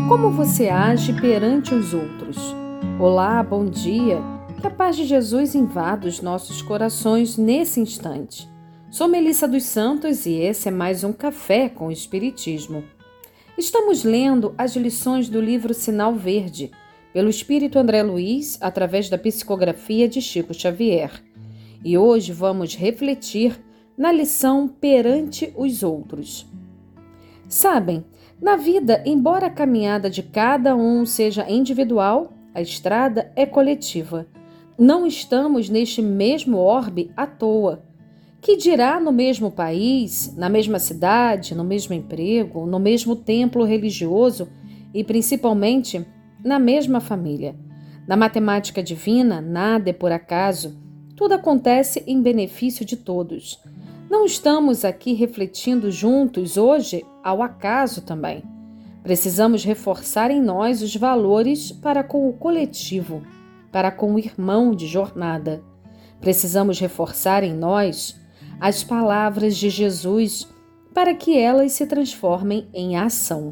Como você age perante os outros? Olá, bom dia. Que a paz de Jesus invada os nossos corações nesse instante. Sou Melissa dos Santos e esse é mais um Café com o Espiritismo. Estamos lendo as lições do livro Sinal Verde, pelo Espírito André Luiz, através da psicografia de Chico Xavier. E hoje vamos refletir na lição Perante os Outros. Sabem, na vida, embora a caminhada de cada um seja individual, a estrada é coletiva. Não estamos neste mesmo orbe à toa. Que dirá no mesmo país, na mesma cidade, no mesmo emprego, no mesmo templo religioso e, principalmente, na mesma família. Na matemática divina, nada é por acaso. Tudo acontece em benefício de todos. Não estamos aqui refletindo juntos hoje ao acaso também. Precisamos reforçar em nós os valores para com o coletivo, para com o irmão de jornada. Precisamos reforçar em nós as palavras de Jesus para que elas se transformem em ação.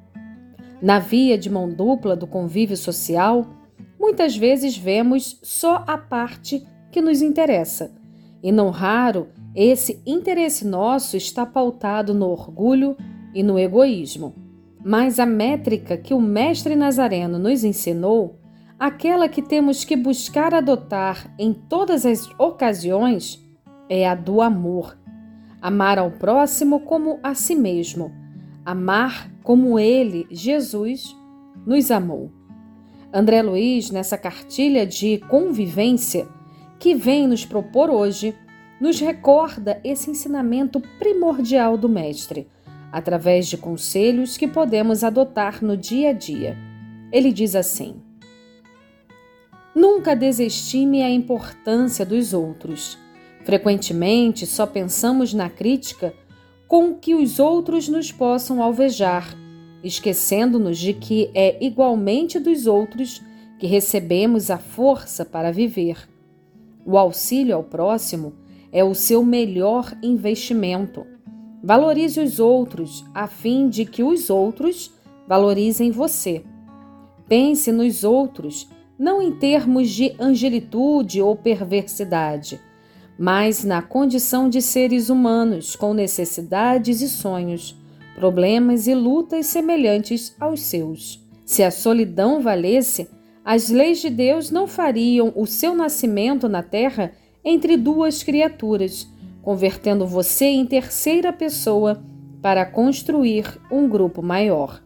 Na via de mão dupla do convívio social, muitas vezes vemos só a parte que nos interessa, e não raro esse interesse nosso está pautado no orgulho e no egoísmo. Mas a métrica que o Mestre Nazareno nos ensinou, aquela que temos que buscar adotar em todas as ocasiões, é a do amor. Amar ao próximo como a si mesmo. Amar como ele, Jesus, nos amou. André Luiz, nessa cartilha de convivência que vem nos propor hoje, nos recorda esse ensinamento primordial do Mestre, através de conselhos que podemos adotar no dia a dia. Ele diz assim: nunca desestime a importância dos outros. Frequentemente só pensamos na crítica com que os outros nos possam alvejar, esquecendo-nos de que é igualmente dos outros que recebemos a força para viver. O auxílio ao próximo é o seu melhor investimento. Valorize os outros, a fim de que os outros valorizem você. Pense nos outros, não em termos de angelitude ou perversidade, mas na condição de seres humanos com necessidades e sonhos, problemas e lutas semelhantes aos seus. Se a solidão valesse, as leis de Deus não fariam o seu nascimento na terra entre duas criaturas, convertendo você em terceira pessoa para construir um grupo maior.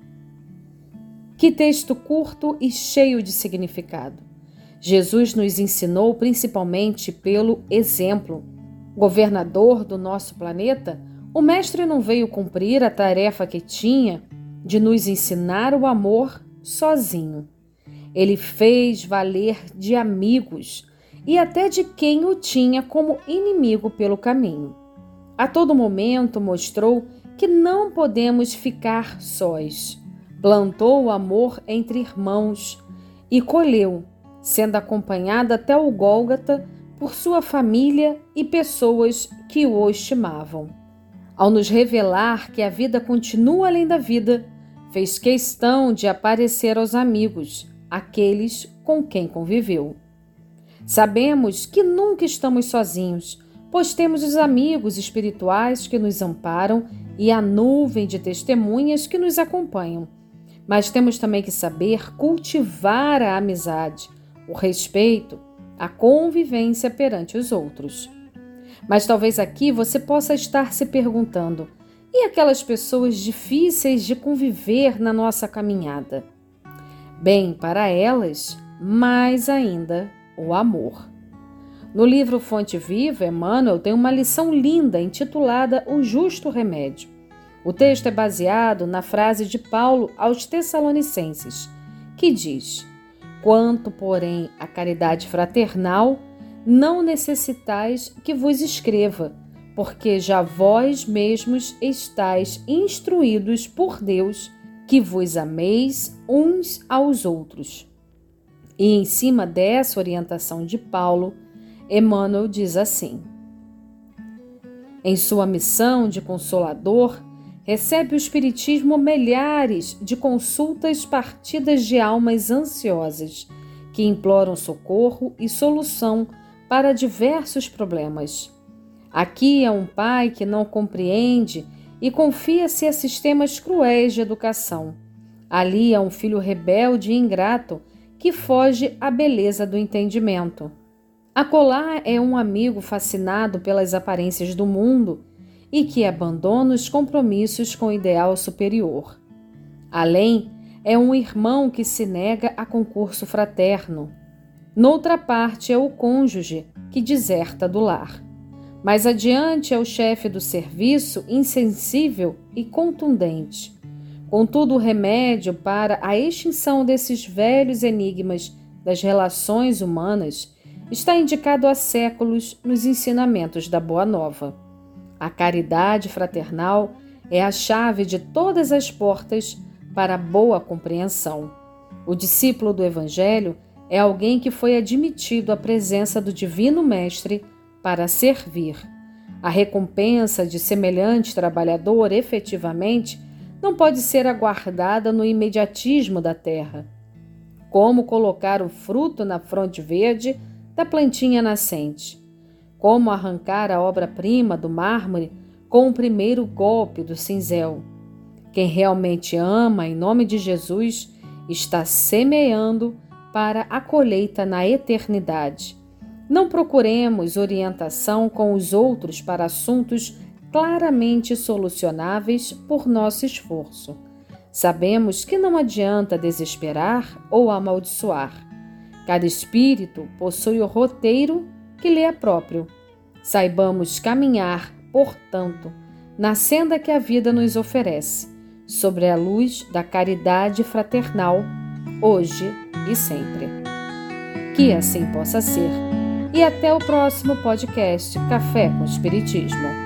Que texto curto e cheio de significado. Jesus nos ensinou principalmente pelo exemplo. Governador do nosso planeta, o Mestre não veio cumprir a tarefa que tinha de nos ensinar o amor sozinho. Ele fez valer de amigos e até de quem o tinha como inimigo pelo caminho. A todo momento mostrou que não podemos ficar sós. Plantou o amor entre irmãos e colheu, sendo acompanhado até o Gólgota por sua família e pessoas que o estimavam. Ao nos revelar que a vida continua além da vida, fez questão de aparecer aos amigos, aqueles com quem conviveu. Sabemos que nunca estamos sozinhos, pois temos os amigos espirituais que nos amparam e a nuvem de testemunhas que nos acompanham. Mas temos também que saber cultivar a amizade, o respeito, a convivência perante os outros. Mas talvez aqui você possa estar se perguntando: e aquelas pessoas difíceis de conviver na nossa caminhada? Bem, para elas, mais ainda, o amor. No livro Fonte Viva, Emmanuel tem uma lição linda intitulada O Justo Remédio. O texto é baseado na frase de Paulo aos Tessalonicenses, que diz: quanto, porém, à caridade fraternal, não necessitais que vos escreva, porque já vós mesmos estáis instruídos por Deus que vos ameis uns aos outros. E em cima dessa orientação de Paulo, Emmanuel diz assim: em sua missão de consolador, recebe o Espiritismo milhares de consultas partidas de almas ansiosas, que imploram socorro e solução para diversos problemas. Aqui é um pai que não compreende e confia-se a sistemas cruéis de educação. Ali é um filho rebelde e ingrato que foge à beleza do entendimento. Acolá é um amigo fascinado pelas aparências do mundo e que abandona os compromissos com o ideal superior. Além, é um irmão que se nega a concurso fraterno. Noutra parte é o cônjuge que deserta do lar. Mais adiante é o chefe do serviço, insensível e contundente. Contudo, o remédio para a extinção desses velhos enigmas das relações humanas está indicado há séculos nos ensinamentos da Boa Nova. A caridade fraternal é a chave de todas as portas para a boa compreensão. O discípulo do Evangelho é alguém que foi admitido à presença do Divino Mestre para servir. A recompensa de semelhante trabalhador, efetivamente, não pode ser aguardada no imediatismo da terra. Como colocar o fruto na fronde verde da plantinha nascente? Como arrancar a obra-prima do mármore com o primeiro golpe do cinzel? Quem realmente ama em nome de Jesus está semeando para a colheita na eternidade. Não procuremos orientação com os outros para assuntos claramente solucionáveis por nosso esforço. Sabemos que não adianta desesperar ou amaldiçoar. Cada espírito possui o roteiro que lhe é próprio. Saibamos caminhar, portanto, na senda que a vida nos oferece, sobre a luz da caridade fraternal, hoje e sempre. Que assim possa ser. E até o próximo podcast Café com Espiritismo.